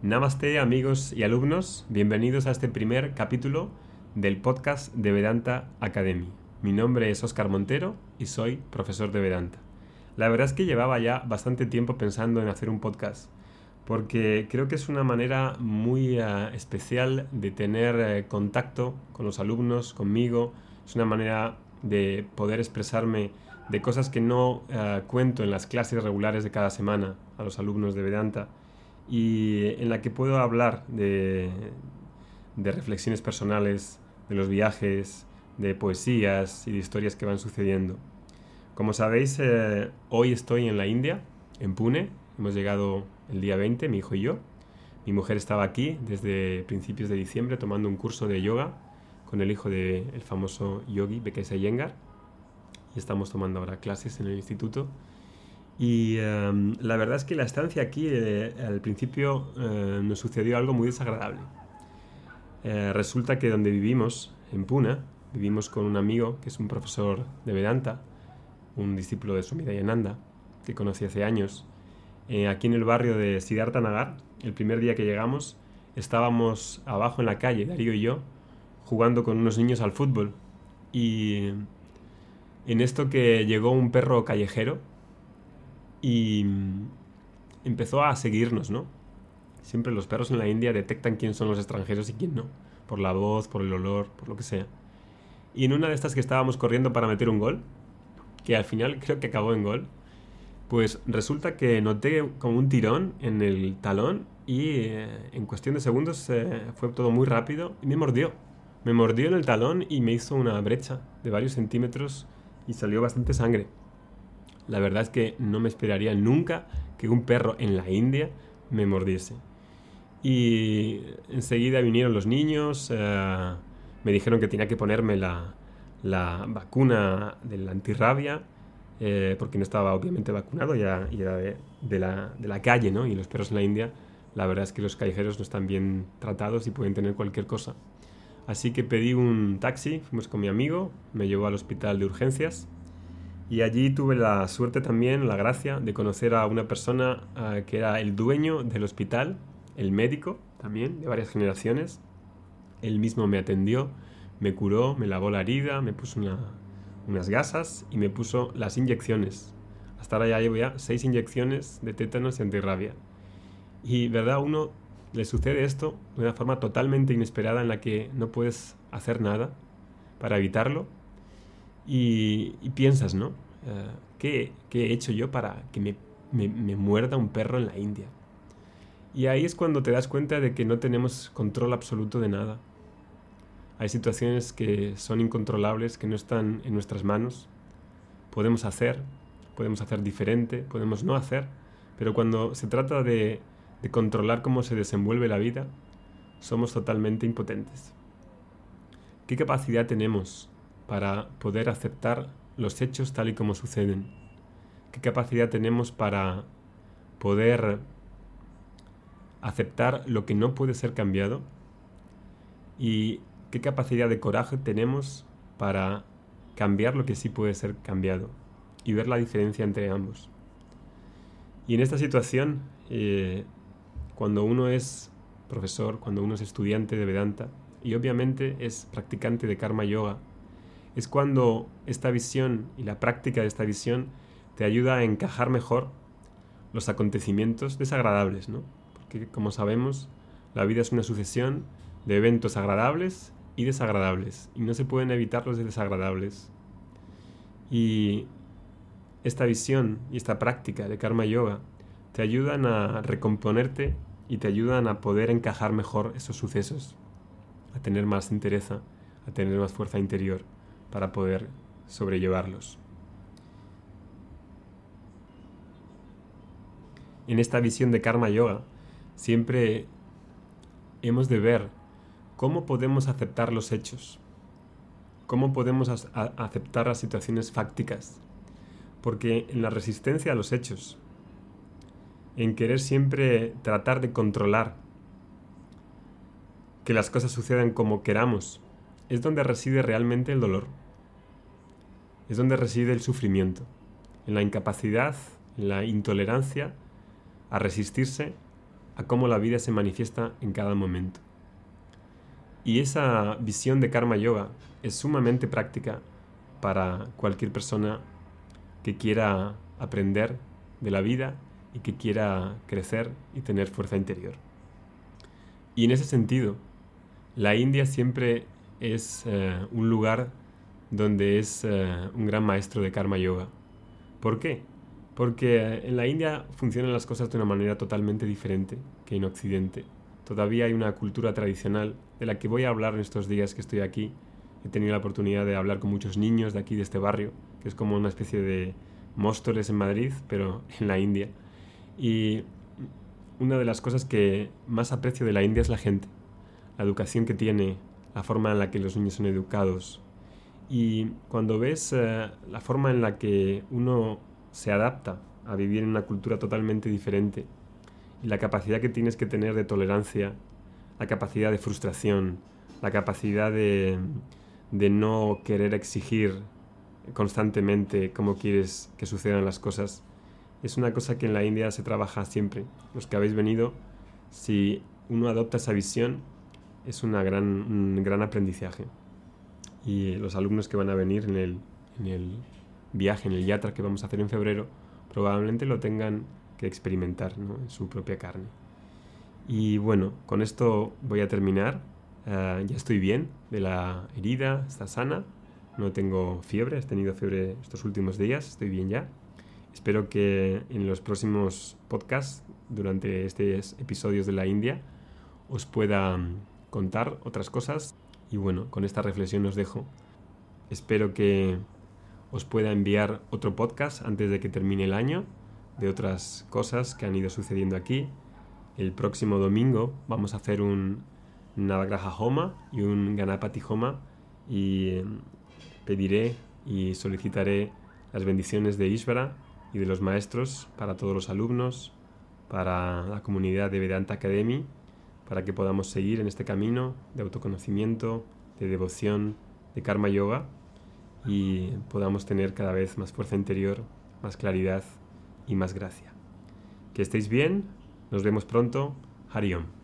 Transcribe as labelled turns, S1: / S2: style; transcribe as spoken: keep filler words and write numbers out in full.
S1: Namaste amigos y alumnos, bienvenidos a este primer capítulo del podcast de Vedanta Academy. Mi nombre es Óscar Montero y soy profesor de Vedanta. La verdad es que llevaba ya bastante tiempo pensando en hacer un podcast, porque creo que es una manera muy uh, especial de tener uh, contacto con los alumnos, conmigo. Es una manera de poder expresarme de cosas que no uh, cuento en las clases regulares de cada semana a los alumnos de Vedanta, y en la que puedo hablar de, de reflexiones personales, de los viajes, de poesías y de historias que van sucediendo. Como sabéis, eh, hoy estoy en la India, en Pune. Hemos llegado el día veinte, mi hijo y yo. Mi mujer estaba aquí desde principios de diciembre tomando un curso de yoga con el hijo del famoso yogi Bekesa Iyengar, y estamos tomando ahora clases en el instituto. Y um, la verdad es que la estancia aquí eh, al principio eh, nos sucedió algo muy desagradable. Eh, resulta que donde vivimos, en Pune, vivimos con un amigo que es un profesor de Vedanta, un discípulo de Swami Dayananda, que conocí hace años. Eh, aquí en el barrio de Siddhartha Nagar, el primer día que llegamos, estábamos abajo en la calle, Darío y yo, jugando con unos niños al fútbol. Y en esto que llegó un perro callejero y empezó a seguirnos, ¿no? Siempre los perros en la India detectan quién son los extranjeros y quién no, por la voz, por el olor, por lo que sea. Y en una de estas que estábamos corriendo para meter un gol, que al final creo que acabó en gol, pues resulta que noté como un tirón en el talón y eh, en cuestión de segundos eh, fue todo muy rápido y me mordió. Me mordió en el talón y me hizo una brecha de varios centímetros y salió bastante sangre. La verdad es que no me esperaría nunca que un perro en la India me mordiese. Y enseguida vinieron los niños, eh, me dijeron que tenía que ponerme la, la vacuna de la antirrabia, eh, porque no estaba obviamente vacunado ya, y era de, de, la, de la calle, ¿no? Y los perros en la India, la verdad es que los callejeros no están bien tratados y pueden tener cualquier cosa. Así que pedí un taxi, fuimos con mi amigo, me llevó al hospital de urgencias. Y allí tuve la suerte también, la gracia, de conocer a una persona uh, que era el dueño del hospital, el médico también, de varias generaciones. Él mismo me atendió, me curó, me lavó la herida, me puso una, unas gasas y me puso las inyecciones. Hasta ahora ya llevo ya seis inyecciones de tétanos y antirrabia. Y, ¿verdad? A uno le sucede esto de una forma totalmente inesperada en la que no puedes hacer nada para evitarlo. Y, y piensas, ¿no? Uh, ¿qué, ¿Qué he hecho yo para que me, me, me muerda un perro en la India? Y ahí es cuando te das cuenta de que no tenemos control absoluto de nada. Hay situaciones que son incontrolables, que no están en nuestras manos. Podemos hacer, podemos hacer diferente, podemos no hacer, pero cuando se trata de, de controlar cómo se desenvuelve la vida, somos totalmente impotentes. ¿Qué capacidad tenemos para poder aceptar los hechos tal y como suceden? ¿Qué capacidad tenemos para poder aceptar lo que no puede ser cambiado? ¿Y qué capacidad de coraje tenemos para cambiar lo que sí puede ser cambiado y ver la diferencia entre ambos? Y en esta situación, eh, cuando uno es profesor, cuando uno es estudiante de Vedanta y obviamente es practicante de Karma Yoga, es cuando esta visión y la práctica de esta visión te ayuda a encajar mejor los acontecimientos desagradables, ¿no? Porque, como sabemos, la vida es una sucesión de eventos agradables y desagradables, y no se pueden evitar los desagradables. Y esta visión y esta práctica de Karma Yoga te ayudan a recomponerte y te ayudan a poder encajar mejor esos sucesos, a tener más entereza, a tener más fuerza interior para poder sobrellevarlos. En esta visión de Karma Yoga siempre hemos de ver cómo podemos aceptar los hechos, cómo podemos a- a- aceptar las situaciones fácticas, porque en la resistencia a los hechos, en querer siempre tratar de controlar que las cosas sucedan como queramos, es donde reside realmente el dolor. Es donde reside el sufrimiento, en la incapacidad, en la intolerancia a resistirse a cómo la vida se manifiesta en cada momento. Y esa visión de Karma Yoga es sumamente práctica para cualquier persona que quiera aprender de la vida y que quiera crecer y tener fuerza interior. Y en ese sentido, la India siempre es eh, un lugar donde es eh, un gran maestro de Karma Yoga. ¿Por qué? Porque en la India funcionan las cosas de una manera totalmente diferente que en Occidente. Todavía hay una cultura tradicional de la que voy a hablar en estos días que estoy aquí. He tenido la oportunidad de hablar con muchos niños de aquí, de este barrio, que es como una especie de Móstoles en Madrid, pero en la India. Y una de las cosas que más aprecio de la India es la gente, la educación que tiene, la forma en la que los niños son educados. Y cuando ves eh, la forma en la que uno se adapta a vivir en una cultura totalmente diferente y la capacidad que tienes que tener de tolerancia, la capacidad de frustración, la capacidad de, de no querer exigir constantemente cómo quieres que sucedan las cosas, es una cosa que en la India se trabaja siempre. Los que habéis venido, si uno adopta esa visión, es una gran, un gran aprendizaje. Y los alumnos que van a venir en el, en el viaje, en el yatra que vamos a hacer en febrero, probablemente lo tengan que experimentar, ¿no?, en su propia carne. Y bueno, con esto voy a terminar. Uh, ya estoy bien de la herida, está sana, no tengo fiebre, he tenido fiebre estos últimos días, estoy bien ya. Espero que en los próximos podcasts, durante estos episodios de la India, os pueda contar otras cosas. Y bueno, con esta reflexión os dejo. Espero que os pueda enviar otro podcast antes de que termine el año, de otras cosas que han ido sucediendo aquí. El próximo domingo vamos a hacer un Navagraha Homa y un Ganapati Homa y pediré y solicitaré las bendiciones de Ishvara y de los maestros para todos los alumnos, para la comunidad de Vedanta Academy, para que podamos seguir en este camino de autoconocimiento, de devoción, de Karma Yoga y podamos tener cada vez más fuerza interior, más claridad y más gracia. Que estéis bien, nos vemos pronto. Hari Om.